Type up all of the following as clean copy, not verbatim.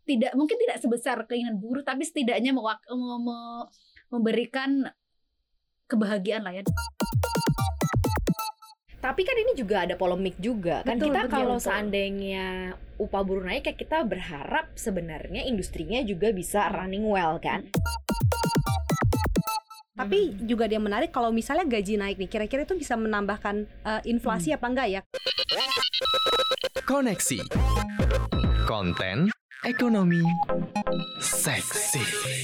mungkin tidak sebesar keinginan buruh, tapi setidaknya memberikan kebahagiaan lah ya. Tapi kan ini juga ada polemik juga kan. Betul, Kita betul, kalau betul. seandainya upah buruh naik, kayak kita berharap sebenarnya industrinya juga bisa running well kan. Tapi juga dia menarik kalau misalnya gaji naik nih, kira-kira itu bisa menambahkan inflasi apa enggak ya? Koneksi konten ekonomi seksi.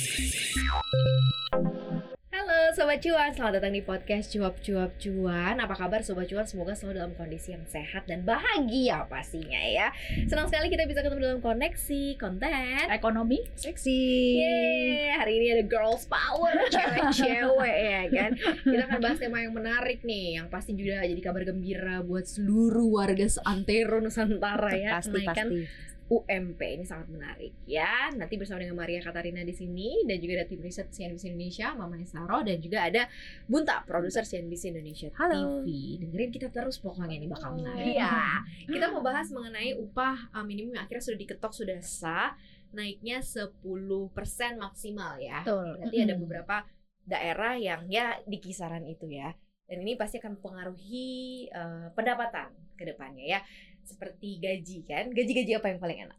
Halo Sobat Cuan, selamat datang di podcast Cuap-Cuap Cuan. Apa kabar Sobat Cuan? Semoga selalu dalam kondisi yang sehat dan bahagia pastinya ya. Senang sekali kita bisa ketemu dalam koneksi konten Ekonomi Seksi. Yeay, hari ini ada girls power, cewek-cewek ya kan. Kita akan bahas tema yang menarik nih, yang pasti juga jadi kabar gembira buat seluruh warga seantero Nusantara ya. Kenaikan UMP ini sangat menarik ya. Nanti bersama dengan Maria Katarina di sini dan juga ada tim riset CNBC Indonesia, Mama Esaro, dan juga ada Bunta, produser CNBC Indonesia Halo. TV. Dengerin kita terus pokoknya ini bakal menarik. Iya. Kita mau bahas mengenai upah minimum yang akhirnya sudah diketok, sudah sah, naiknya 10% maksimal ya. Betul. Berarti ada beberapa daerah yang ya di kisaran itu ya. Dan ini pasti akan mempengaruhi pendapatan ke depannya ya. Seperti gaji kan. Gaji-gaji apa yang paling enak?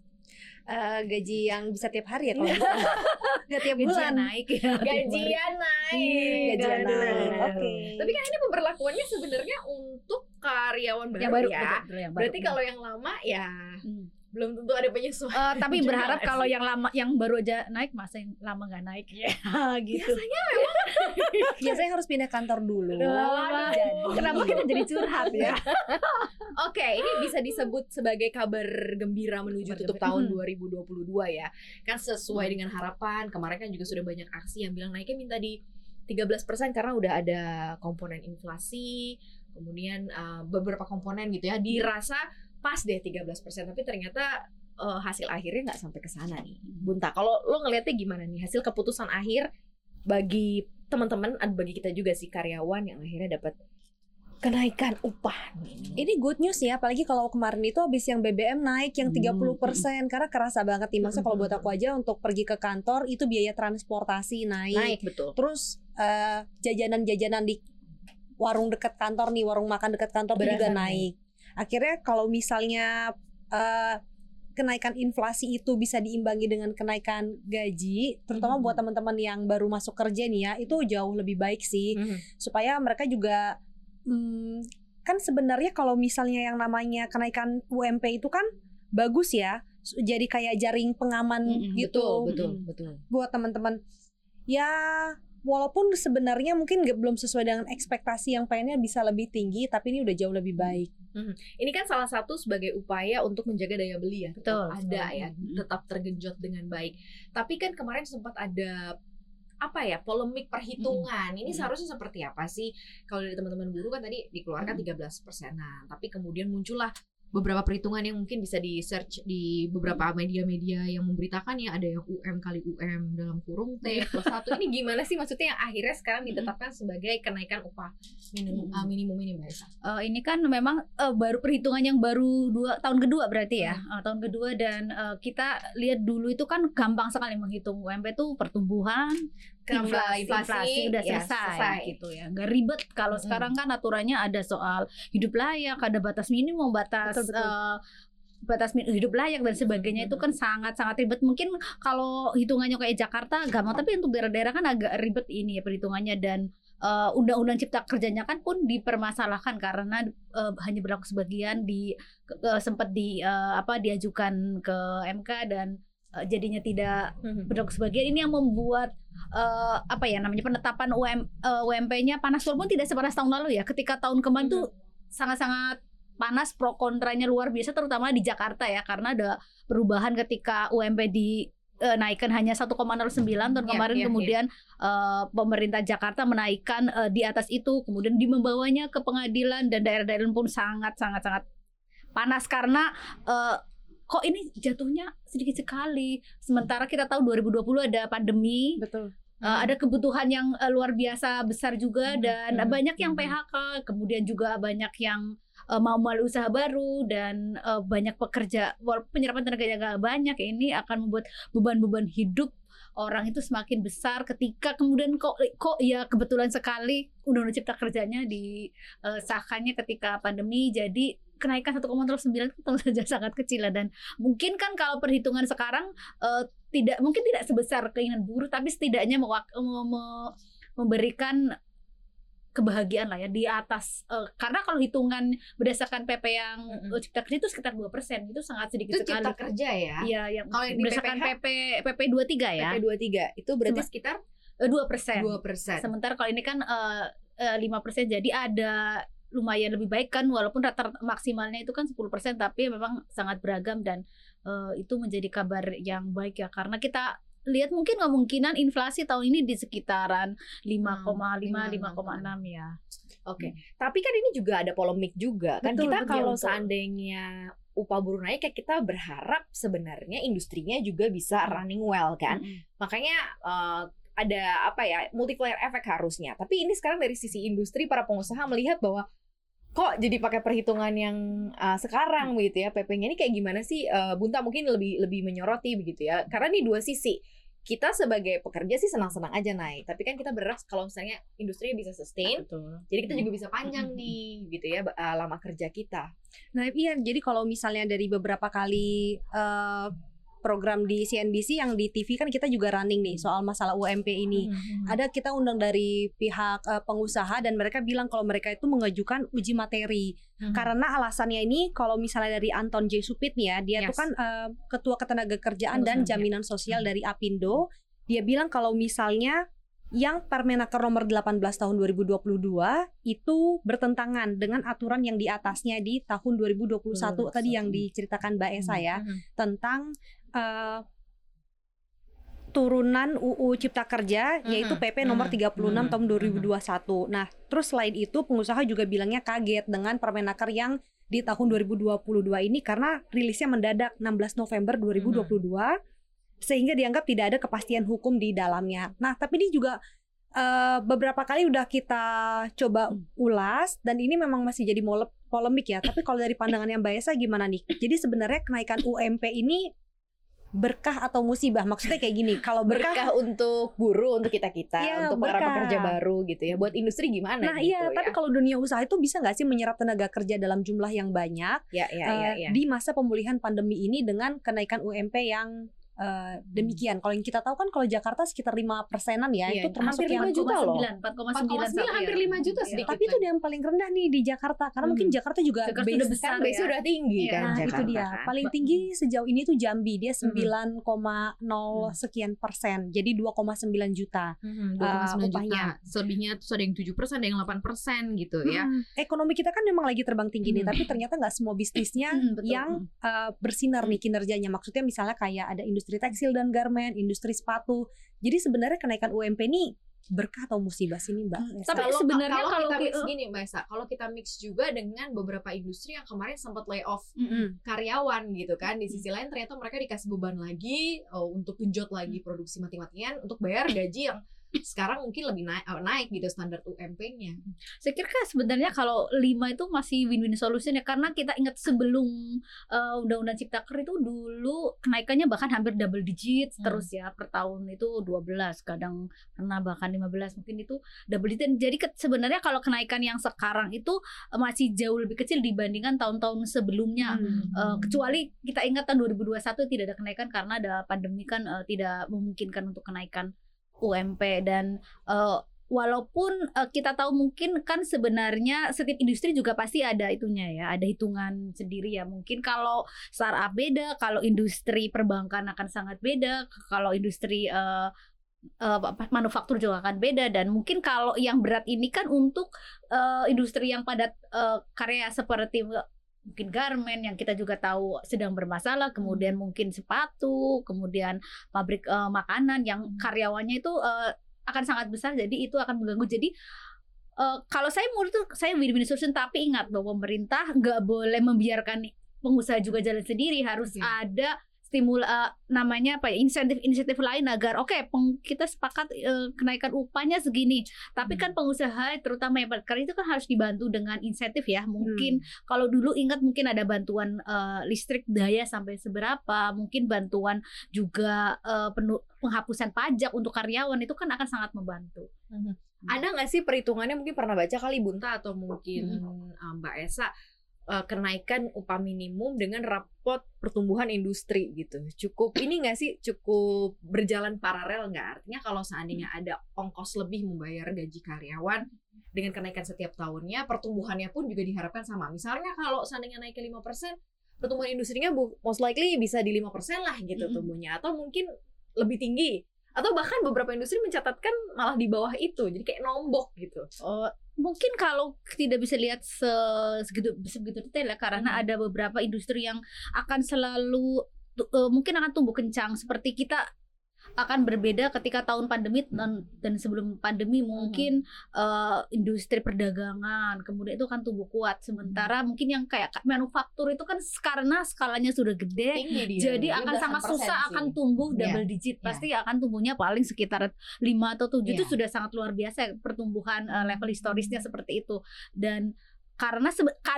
Gaji yang bisa tiap hari ya kalau bisa. Nggak tiap bulan. Gajian naik ya. Gajian naik. Gajian Aduh. naik. Oke. Tapi kan ini pemberlakuannya sebenarnya untuk karyawan baru, Yang baru ya. betul, yang baru. Berarti kalau yang lama ya belum tentu ada penyesuaian. tapi juga berharap nggak kalau sih? yang lama, yang baru aja naik, masa yang lama nggak naik ya gitu. Biasanya Biasanya harus pindah kantor dulu. Kenapa kita jadi curhat ya? Oke, ini bisa disebut sebagai kabar gembira menuju tutup tahun 2022 ya. Kan sesuai dengan harapan. Kemarin kan juga sudah banyak aksi yang bilang naiknya minta di 13% karena udah ada komponen inflasi, kemudian beberapa komponen gitu ya. Dirasa pas deh 13%, tapi ternyata hasil akhirnya nggak sampai ke sana nih. Bunta, kalau lo ngeliatnya gimana nih hasil keputusan akhir bagi teman-teman, bagi kita juga sih karyawan yang akhirnya dapat kenaikan upah nih. Ini good news ya, apalagi kalau kemarin itu habis yang BBM naik yang 30%, karena kerasa banget nih. Maksudnya kalau buat aku aja untuk pergi ke kantor itu biaya transportasi naik. Betul. Terus jajanan-jajanan di warung dekat kantor nih, warung makan dekat kantor itu juga naik. Akhirnya kalau misalnya kenaikan inflasi itu bisa diimbangi dengan kenaikan gaji, terutama buat teman-teman yang baru masuk kerja nih ya, itu jauh lebih baik sih. Supaya mereka juga kan sebenarnya kalau misalnya yang namanya kenaikan UMP itu kan bagus ya, jadi kayak jaring pengaman gitu. Betul. Buat teman-teman ya, walaupun sebenarnya mungkin belum sesuai dengan ekspektasi yang pengennya bisa lebih tinggi, tapi ini udah jauh lebih baik. Ini kan salah satu sebagai upaya untuk menjaga daya beli ya. Betul. Tetap ada ya, tetap tergenjot dengan baik. Tapi kan kemarin sempat ada polemik perhitungan. Ini seharusnya seperti apa sih? Kalau dari teman-teman buruh kan tadi dikeluarkan 13%-an, tapi kemudian muncullah beberapa perhitungan yang mungkin bisa di search di beberapa media-media yang memberitakan ya, ada yang UM kali UM dalam kurung T plus 1. Ini gimana sih maksudnya yang akhirnya sekarang ditetapkan sebagai kenaikan upah minimum ini Mbak Esa? Ini kan memang baru perhitungan yang baru tahun kedua berarti ya. Tahun kedua, dan kita lihat dulu itu kan gampang sekali menghitung UMP itu pertumbuhan, inflasi udah ya, selesai gitu ya. Nggak ribet. Kalau sekarang kan aturannya ada soal hidup layak, ada batas minimum, batas hidup layak dan sebagainya. Itu kan sangat-sangat ribet. Mungkin kalau hitungannya kayak Jakarta gampang, tapi untuk daerah-daerah kan agak ribet ini ya perhitungannya. Dan undang-undang cipta kerjanya kan pun dipermasalahkan karena hanya berlaku sebagian, sempat diajukan ke MK dan jadinya tidak berlaku sebagian. Ini yang membuat penetapan UMP-nya panas, walaupun tidak sepanas tahun lalu ya. Ketika tahun kemarin tuh sangat-sangat panas, pro kontranya luar biasa, terutama di Jakarta ya, karena ada perubahan ketika UMP dinaikkan hanya 1,09 tahun kemarin. Kemudian pemerintah Jakarta menaikkan di atas itu, kemudian membawanya ke pengadilan, dan daerah-daerah pun sangat panas karena kok ini jatuhnya sedikit sekali. Sementara kita tahu 2020 ada pandemi. Betul. Ada kebutuhan yang luar biasa besar juga, dan banyak yang PHK, kemudian juga banyak yang mau mulai usaha baru dan banyak pekerja, walaupun penyerapan tenaganya nggak banyak, ini akan membuat beban-beban hidup orang itu semakin besar ketika kemudian kok ya kebetulan sekali Undang-Undang Cipta Kerjanya disahkannya ketika pandemi, jadi kenaikan 1,09 itu tentu saja sangat kecil dan mungkin kan kalau perhitungan sekarang mungkin tidak sebesar keinginan buruh, tapi setidaknya memberikan kebahagiaan lah ya di atas, karena kalau hitungan berdasarkan PP yang Cipta Kerja itu sekitar 2%, itu sangat sedikit Itu sekali. Cipta Kerja ya? Iya, yang kalau yang di berdasarkan PPH? PP 23 ya. PP 23 itu berarti sekitar 2%. 2%. Sementara kalau ini kan 5%, jadi ada lumayan lebih baik kan, walaupun rata-rata maksimalnya itu kan 10%, tapi memang sangat beragam dan itu menjadi kabar yang baik ya, karena kita lihat mungkin kemungkinan inflasi tahun ini di sekitaran 5,5 5,6 ya. Oke. Tapi kan ini juga ada polemik juga kan. Betul, Kita betul, kalau betul. seandainya upah buruh naik, kayak kita berharap sebenarnya industrinya juga bisa running well kan. Makanya ada apa ya, multiplier effect harusnya. Tapi ini sekarang dari sisi industri, para pengusaha melihat bahwa kok jadi pakai perhitungan yang sekarang begitu ya, PP-nya ini kayak gimana sih? Bunta mungkin lebih menyoroti begitu ya, karena ini dua sisi. Kita sebagai pekerja sih senang-senang aja naik, tapi kan kita berharap kalau misalnya industri bisa sustain, Betul. jadi kita juga bisa panjang nih gitu ya, lama kerja kita. Nah iya, jadi kalau misalnya dari beberapa kali program di CNBC yang di TV kan kita juga running nih soal masalah UMP ini. Ada kita undang dari pihak pengusaha dan mereka bilang kalau mereka itu mengajukan uji materi. Karena alasannya ini kalau misalnya dari Anton J. Supit nih ya, dia Yes. tuh kan Ketua Ketenagakerjaan dan Jaminan Sosial dari Apindo. Dia bilang kalau misalnya yang Permenaker nomor 18 tahun 2022 itu bertentangan dengan aturan yang di atasnya di tahun 2021 tadi yang diceritakan Mbak Esa ya, tentang turunan UU Cipta Kerja yaitu PP nomor 36 tahun 2021. Nah, terus selain itu pengusaha juga bilangnya kaget dengan Permenaker yang di tahun 2022 ini karena rilisnya mendadak 16 November 2022 sehingga dianggap tidak ada kepastian hukum di dalamnya. Nah, tapi ini juga beberapa kali udah kita coba ulas dan ini memang masih jadi polemik ya. Tapi kalau dari pandangan yang Mbak Esa gimana nih? Jadi sebenarnya kenaikan UMP ini berkah atau musibah? Maksudnya kayak gini, kalau Berkah untuk buruh, untuk kita-kita, Iya, untuk para berkah. pekerja baru gitu ya. Buat industri gimana nah gitu iya, ya? tapi kalau dunia usaha itu bisa nggak sih menyerap tenaga kerja dalam jumlah yang banyak Ya. di masa pemulihan pandemi ini dengan kenaikan UMP yang demikian? Kalau yang kita tahu kan kalau Jakarta sekitar 5%-an ya, Iya, itu termasuk hampir yang 5 juta loh. 4,9 hampir 5 juta sedikit. tapi itu yang paling rendah nih di Jakarta karena mungkin Jakarta juga Jakarta base udah besar Kan base ya. udah tinggi Iya. kan Nah Jakarta. itu dia kan. paling tinggi sejauh ini tuh Jambi, dia 9,0 sekian persen, jadi 2,9 juta 2,9 upahnya. juta. Selebihnya tuh ada yang 7%, ada yang 8% gitu ya. Ekonomi kita kan memang lagi terbang tinggi nih, tapi ternyata nggak semua bisnisnya Betul. yang bersinar nih kinerjanya. Maksudnya misalnya kayak ada industri tekstil dan garmen, industri sepatu. Jadi sebenarnya kenaikan UMP ini berkah atau musibah sih nih Mbak Esa? Tapi sebenarnya kalau kita kalau mix gini Mbak Esa, kalau kita mix juga dengan beberapa industri yang kemarin sempat layoff Mm-mm. karyawan gitu kan, di sisi lain ternyata mereka dikasih beban lagi untuk genjot lagi produksi mati-matian untuk bayar gaji yang sekarang mungkin lebih naik gitu standar UMP-nya. saya kira sebenarnya kalau 5 itu masih win-win solution ya, karena kita ingat sebelum Undang-Undang Cipta Kerja itu dulu kenaikannya bahkan hampir double digit terus ya, per tahun itu 12, kadang pernah bahkan 15, mungkin itu double digit. Jadi sebenarnya kalau kenaikan yang sekarang itu masih jauh lebih kecil dibandingkan tahun-tahun sebelumnya. Kecuali kita ingat tahun 2021 tidak ada kenaikan karena ada pandemi kan, tidak memungkinkan untuk kenaikan UMP. Dan walaupun kita tahu mungkin kan sebenarnya setiap industri juga pasti ada itunya ya, ada hitungan sendiri ya. Mungkin kalau startup beda, kalau industri perbankan akan sangat beda, kalau industri manufaktur juga akan beda. Dan mungkin kalau yang berat ini kan untuk industri yang padat karya seperti mungkin garmen yang kita juga tahu sedang bermasalah, kemudian mungkin sepatu, kemudian pabrik makanan yang karyawannya itu akan sangat besar, jadi itu akan mengganggu. Jadi kalau saya menurut itu saya win-win solution, tapi ingat bahwa pemerintah nggak boleh membiarkan pengusaha juga jalan sendiri, harus ada namanya apa ya, insentif lain agar kita sepakat kenaikan upahnya segini. Tapi kan pengusaha terutama yang padat karya itu kan harus dibantu dengan insentif ya. Mungkin kalau dulu ingat mungkin ada bantuan listrik daya sampai seberapa, mungkin bantuan juga penghapusan pajak untuk karyawan itu kan akan sangat membantu. Ada nggak sih perhitungannya, mungkin pernah baca kali Bunta atau mungkin Mbak Esa, kenaikan upah minimum dengan rapot pertumbuhan industri gitu, cukup ini nggak sih, cukup berjalan paralel nggak? Artinya kalau seandainya ada ongkos lebih membayar gaji karyawan dengan kenaikan setiap tahunnya, pertumbuhannya pun juga diharapkan sama. Misalnya kalau seandainya naik ke 5%, pertumbuhan industrinya most likely bisa di 5% lah gitu tumbuhnya, atau mungkin lebih tinggi, atau bahkan beberapa industri mencatatkan malah di bawah itu, jadi kayak nombok gitu. Mungkin kalau tidak bisa lihat segitu detail ya, karena ada beberapa industri yang akan selalu mungkin akan tumbuh kencang, seperti kita akan berbeda ketika tahun pandemi dan sebelum pandemi. Mungkin industri perdagangan kemudian itu akan tumbuh kuat, sementara mungkin yang kayak manufaktur itu kan karena skalanya sudah gede, jadi akan sangat susah akan tumbuh double digit. Pasti akan tumbuhnya paling sekitar 5 atau 7 itu sudah sangat luar biasa pertumbuhan level historisnya seperti itu. Dan karena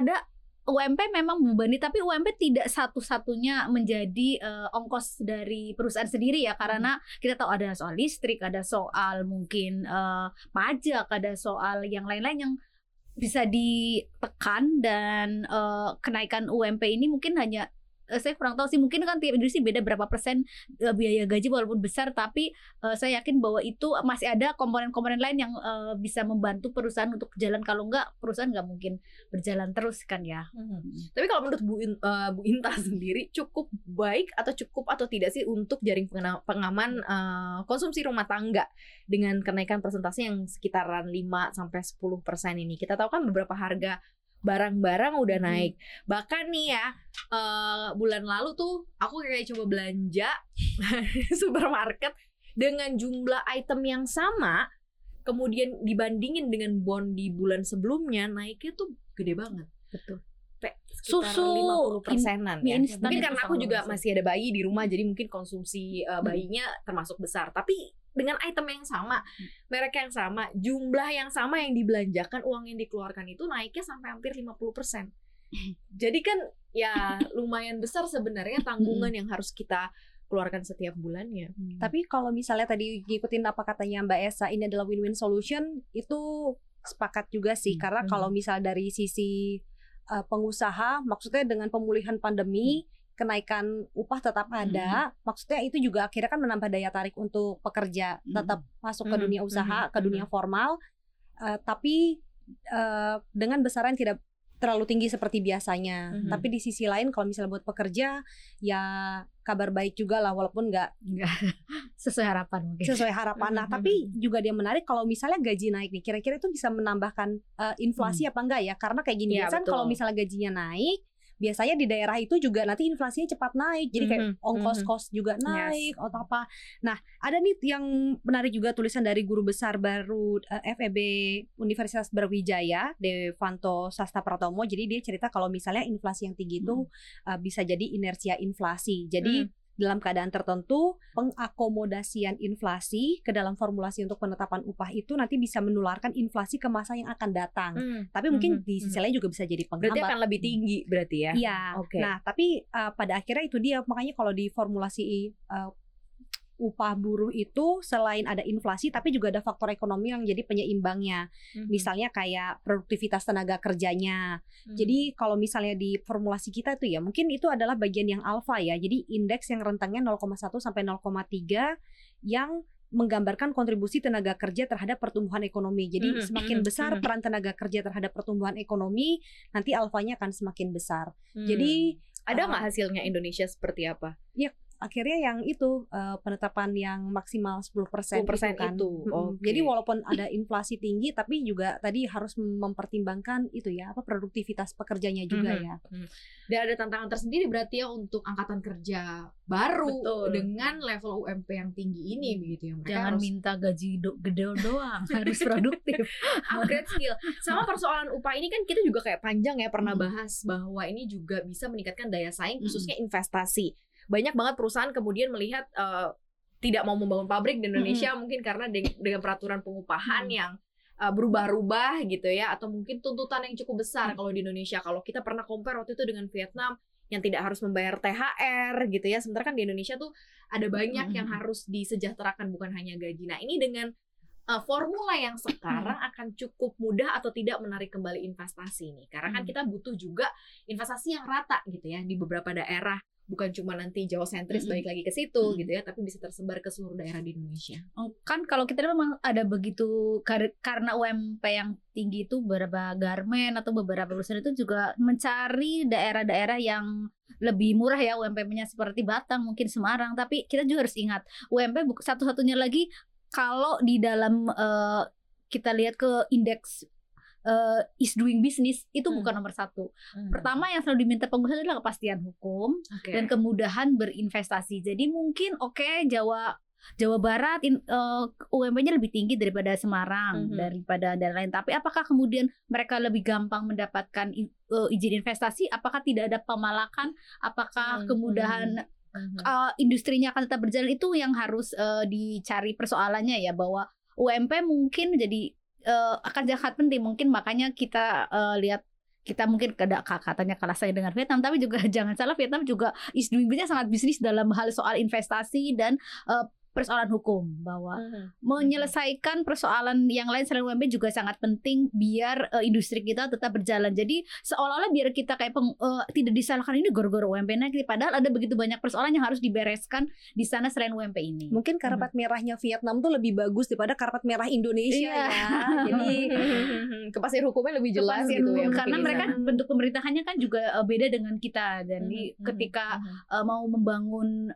UMP memang membebani, tapi UMP tidak satu-satunya menjadi ongkos dari perusahaan sendiri ya, karena kita tahu ada soal listrik, ada soal mungkin pajak, ada soal yang lain-lain yang bisa ditekan. Dan kenaikan UMP ini mungkin hanya saya kurang tahu sih, mungkin kan tiap industri beda berapa persen biaya gaji walaupun besar, tapi saya yakin bahwa itu masih ada komponen-komponen lain yang bisa membantu perusahaan untuk jalan. Kalau enggak, perusahaan nggak mungkin berjalan terus kan ya. Tapi kalau menurut Bu Inta sendiri, cukup baik atau tidak sih untuk jaring pengaman konsumsi rumah tangga dengan kenaikan persentase yang sekitaran 5-10% ini? Kita tahu kan beberapa harga barang-barang udah naik. Bahkan nih ya, bulan lalu tuh aku kayak coba belanja di supermarket dengan jumlah item yang sama, kemudian dibandingin dengan bond di bulan sebelumnya, naiknya tuh gede banget. Betul. Susu 50%-an ya. Mungkin karena aku juga susu. masih ada bayi di rumah, jadi mungkin konsumsi bayinya termasuk besar. Tapi dengan item yang sama, merek yang sama, jumlah yang sama yang dibelanjakan, uang yang dikeluarkan itu naiknya sampai hampir 50%. Jadi kan ya lumayan besar sebenarnya tanggungan yang harus kita keluarkan setiap bulannya. Tapi kalau misalnya tadi ngikutin apa katanya Mbak Esa, ini adalah win-win solution, itu sepakat juga sih. Karena kalau misal dari sisi pengusaha, maksudnya dengan pemulihan pandemi, kenaikan upah tetap ada, maksudnya itu juga akhirnya kan menambah daya tarik untuk pekerja tetap masuk ke dunia usaha, ke dunia formal, tapi dengan besaran tidak terlalu tinggi seperti biasanya. Tapi di sisi lain kalau misalnya buat pekerja, ya kabar baik juga lah, walaupun nggak sesuai harapan mungkin. Sesuai harapan. Nah, tapi juga dia menarik kalau misalnya gaji naik nih, kira-kira itu bisa menambahkan inflasi apa enggak ya? Karena kayak gini, biasanya kalau misalnya gajinya naik, biasanya di daerah itu juga nanti inflasinya cepat naik, jadi kayak ongkos-kos juga naik atau apa. Nah, ada nih yang menarik juga, tulisan dari guru besar baru FEB Universitas Brawijaya, Devanto Sasta Pratomo. Jadi dia cerita kalau misalnya inflasi yang tinggi itu bisa jadi inersia inflasi. Jadi dalam keadaan tertentu, pengakomodasian inflasi ke dalam formulasi untuk penetapan upah itu nanti bisa menularkan inflasi ke masa yang akan datang. Tapi mungkin di sisi lain juga bisa jadi penghambat. Berarti akan lebih tinggi berarti ya? Iya. Nah, tapi pada akhirnya itu dia, makanya kalau di formulasi upah buruh itu selain ada inflasi, tapi juga ada faktor ekonomi yang jadi penyeimbangnya. Misalnya kayak produktivitas tenaga kerjanya. Jadi kalau misalnya di formulasi kita tuh ya, mungkin itu adalah bagian yang alfa ya. Jadi indeks yang rentangnya 0,1 sampai 0,3 yang menggambarkan kontribusi tenaga kerja terhadap pertumbuhan ekonomi. Jadi semakin besar peran tenaga kerja terhadap pertumbuhan ekonomi, nanti alfanya akan semakin besar. Jadi ada nggak hasilnya Indonesia seperti apa? Ya, akhirnya yang itu penetapan yang maksimal 10% itu kan. Jadi walaupun ada inflasi tinggi, tapi juga tadi harus mempertimbangkan itu ya, apa produktivitas pekerjanya juga ya. Dan ada tantangan tersendiri berarti ya untuk angkatan kerja baru dengan level UMP yang tinggi ini begitu ya. Mereka Jangan harus minta gaji gede doang, harus produktif. upgrade skill. Sama persoalan upah ini kan kita juga kayak panjang ya pernah bahas bahwa ini juga bisa meningkatkan daya saing khususnya investasi. banyak banget perusahaan kemudian melihat tidak mau membangun pabrik di Indonesia mungkin karena dengan peraturan pengupahan yang berubah-ubah gitu ya, atau mungkin tuntutan yang cukup besar kalau di Indonesia. Kalau kita pernah compare waktu itu dengan Vietnam yang tidak harus membayar THR gitu ya, sementara kan di Indonesia tuh ada banyak yang harus disejahterakan, bukan hanya gaji. Nah ini dengan formula yang sekarang akan cukup mudah atau tidak menarik kembali investasi nih, karena kan kita butuh juga investasi yang rata gitu ya di beberapa daerah, bukan cuma nanti Jawa sentris balik lagi ke situ gitu ya, tapi bisa tersebar ke seluruh daerah di Indonesia. Kan kalau kita memang ada begitu, karena UMP yang tinggi itu beberapa garmen atau beberapa perusahaan itu juga mencari daerah-daerah yang lebih murah ya UMP-nya, seperti Batang, mungkin Semarang. Tapi kita juga harus ingat UMP satu-satunya lagi kalau di dalam kita lihat ke indeks is doing business itu bukan nomor satu. Pertama yang selalu diminta pengusaha adalah kepastian hukum dan kemudahan berinvestasi. Jadi mungkin Jawa Barat UMP-nya lebih tinggi daripada Semarang, daripada daerah lain. Tapi apakah kemudian mereka lebih gampang mendapatkan izin investasi? Apakah tidak ada pemalakan? Apakah kemudahan industrinya akan tetap berjalan? Itu yang harus dicari persoalannya ya, bahwa UMP mungkin menjadi akan sangat penting. Mungkin makanya kita lihat, kita mungkin katanya kalah saing dengan Vietnam, tapi juga jangan salah, Vietnam juga is doing business sangat bisnis dalam hal soal investasi dan persoalan hukum, bahwa menyelesaikan persoalan yang lain selain UMP juga sangat penting biar industri kita tetap berjalan. Jadi seolah-olah biar kita kayak tidak disalahkan ini gara-gara UMP naik, padahal ada begitu banyak persoalan yang harus dibereskan di sana selain UMP ini. Mungkin karpet merahnya Vietnam tuh lebih bagus daripada karpet merah Indonesia ya. Jadi kepastian hukumnya lebih jelas gitu ya. Karena mereka bentuk pemerintahannya kan juga beda dengan kita. Jadi ketika mau membangun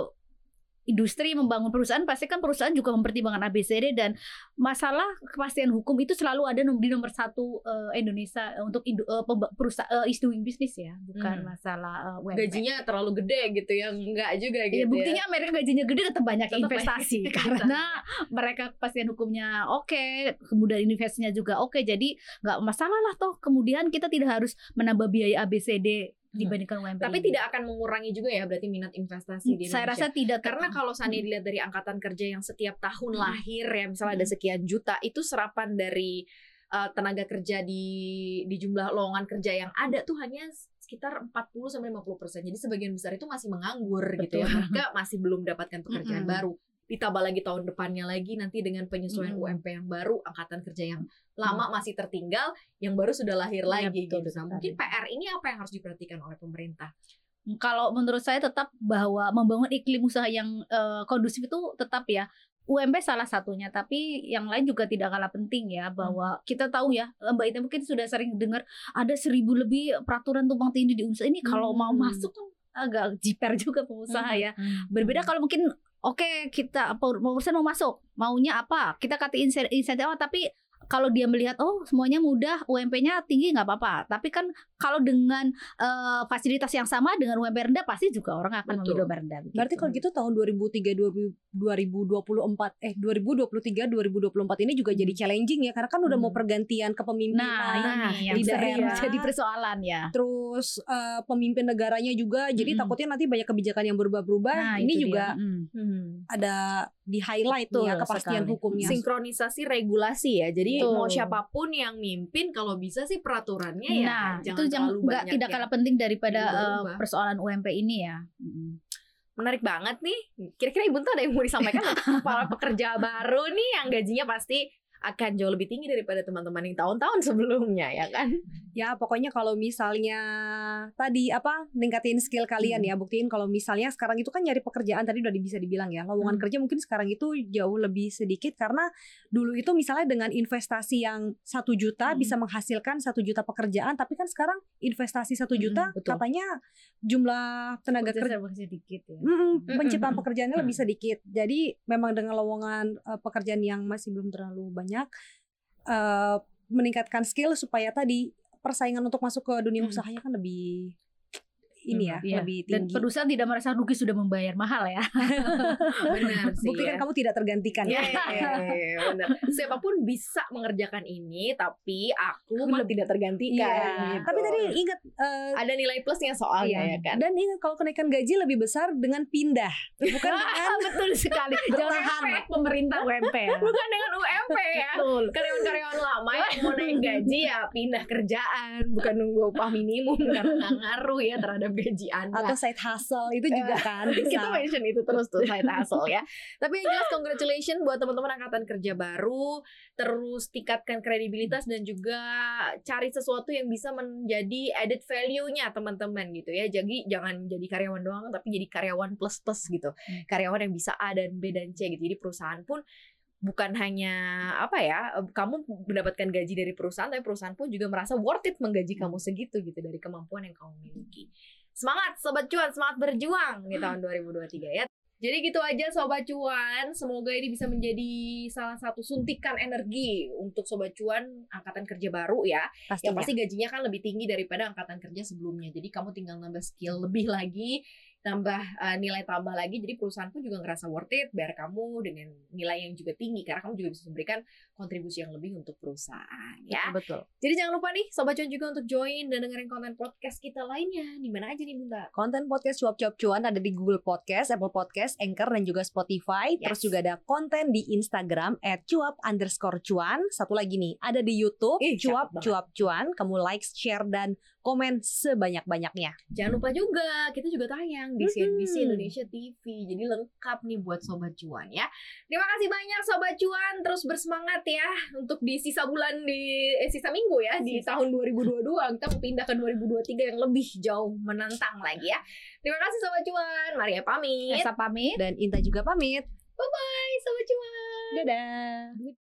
industri, membangun perusahaan, pasti kan perusahaan juga mempertimbangkan ABCD, dan masalah kepastian hukum itu selalu ada di nomor satu Indonesia untuk perusahaan is doing business ya, bukan masalah UMP. Gajinya terlalu gede gitu ya, enggak juga gitu. Buktinya Amerika gajinya gede tetap banyak investasi karena mereka kepastian hukumnya oke, kemudian investasinya juga oke, jadi nggak masalah lah, toh kemudian kita tidak harus menambah biaya ABCD dibandingkan UMP. Tapi tidak akan mengurangi juga ya berarti minat investasi di Indonesia. Saya rasa tidak, karena kalau seandainya dilihat dari angkatan kerja yang setiap tahun lahir ya, misalnya ada sekian juta, itu serapan dari tenaga kerja di jumlah lowongan kerja yang ada tuh hanya sekitar 40-50%. Jadi sebagian besar itu masih menganggur gitu ya. Mereka masih belum mendapatkan pekerjaan baru. Ditambah lagi tahun depannya lagi nanti dengan penyesuaian UMP yang baru, angkatan kerja yang lama masih tertinggal, yang baru sudah lahir lagi gitu. Nah, mungkin PR ini apa yang harus diperhatikan oleh pemerintah? Kalau menurut saya tetap bahwa membangun iklim usaha yang kondusif itu tetap ya. UMP salah satunya, tapi yang lain juga tidak kalah penting ya, bahwa kita tahu ya, Mbak Ita mungkin sudah sering dengar ada 1.000 lebih peraturan tumpang tindih di usaha ini. Kalau mau masuk kan agak jiper juga pengusaha ya. Berbeda kalau mungkin oke, kita perusahaan mau masuk, maunya apa? Kita kasih insentif apa, tapi kalau dia melihat semuanya mudah, UMP-nya tinggi nggak apa-apa. Tapi kan kalau dengan fasilitas yang sama dengan UMP rendah, pasti juga orang akan memilih UMP rendah. Berarti kalau gitu tahun 2023-2024 ini juga jadi challenging ya, karena kan udah mau pergantian kepemimpinan di daerah, jadi persoalan ya. Terus pemimpin negaranya juga, jadi takutnya nanti banyak kebijakan yang berubah-berubah. Ini juga ada di highlight nih ya, kepastian hukumnya. Sinkronisasi regulasi ya. Jadi mau siapapun yang mimpin, kalau bisa sih peraturannya ya jangan terlalu banyak. Tidak kalah penting daripada persoalan UMP ini ya. Menarik banget nih. Kira-kira Ibu tuh ada yang mau disampaikan untuk para pekerja baru nih yang gajinya pasti akan jauh lebih tinggi daripada teman-teman yang tahun-tahun sebelumnya ya kan? Ya pokoknya kalau misalnya tadi ningkatin skill kalian ya, buktiin kalau misalnya sekarang itu kan nyari pekerjaan tadi udah bisa dibilang ya, lowongan kerja mungkin sekarang itu jauh lebih sedikit, karena dulu itu misalnya dengan investasi yang 1 juta bisa menghasilkan 1 juta pekerjaan, tapi kan sekarang investasi 1 juta katanya jumlah tenaga kerja sedikit ya. Penciptaan pekerjaannya lebih sedikit. Jadi memang dengan lowongan pekerjaan yang masih belum terlalu banyak, meningkatkan skill supaya tadi persaingan untuk masuk ke dunia usahanya kan lebih ini ya, Iya. lebih Dan tinggi. perusahaan tidak merasa rugi sudah membayar mahal ya. Benar sih. Buktikan Ya. kamu tidak tergantikan. Benar. Siapapun bisa mengerjakan ini, tapi aku mah tidak tergantikan. Iya. gitu. Tapi tadi ingat ada nilai plusnya soalnya ya kan. dan ingat kalau kenaikan gaji lebih besar dengan pindah, bukan dengan Betul sekali. Jangan Bertahan. efek pemerintah UMP ya. Bukan dengan UMP ya. Betul. Karyawan-karyawan lama yang mau naik gaji ya pindah kerjaan, bukan nunggu upah minimum karena nggak ngaruh ya terhadap gaji Anda. atau side hustle itu juga kan bisa. Kita mention itu terus tuh side hustle ya. Tapi yang jelas congratulations buat teman-teman angkatan kerja baru, terus tingkatkan kredibilitas dan juga cari sesuatu yang bisa menjadi added value-nya teman-teman gitu ya. Jadi jangan jadi karyawan doang tapi jadi karyawan plus gitu. Karyawan yang bisa A dan B dan C gitu. Jadi perusahaan pun bukan hanya apa ya, kamu mendapatkan gaji dari perusahaan, tapi perusahaan pun juga merasa worth it menggaji kamu segitu gitu dari kemampuan yang kamu miliki. Semangat Sobat Cuan, semangat berjuang di tahun 2023 ya. Jadi gitu aja Sobat Cuan, semoga ini bisa menjadi salah satu suntikan energi untuk Sobat Cuan angkatan kerja baru ya. Yang Pastinya. pasti gajinya kan lebih tinggi daripada angkatan kerja sebelumnya. Jadi kamu tinggal nambah skill lebih lagi, nambah nilai tambah lagi. Jadi perusahaan pun juga ngerasa worth it biar kamu dengan nilai yang juga tinggi karena kamu juga bisa memberikan kontribusi yang lebih untuk perusahaan ya. Betul. Jadi jangan lupa nih Sobat Cuan juga untuk join dan dengerin konten podcast kita lainnya. Di mana aja nih Bunda? Konten podcast cuap-cuap cuan ada di Google Podcast, Apple Podcast, Anchor, dan juga Spotify. Terus juga ada konten di Instagram @cuap_cuan. Satu lagi nih, ada di YouTube Ih, cakep cuap-cuap cuan. Kamu like, share, dan komen sebanyak-banyaknya. Jangan lupa juga kita juga tayang di CNBC Indonesia TV. Jadi lengkap nih buat Sobat Cuan ya. Terima kasih banyak Sobat Cuan. Terus bersemangat ya untuk di sisa bulan sisa minggu ya di tahun 2022. Kita mau pindah ke 2023 yang lebih jauh menantang lagi ya. Terima kasih Sobat Cuan. Maria pamit. Esa pamit. Dan Inta juga pamit. Bye Sobat Cuan. Dadah.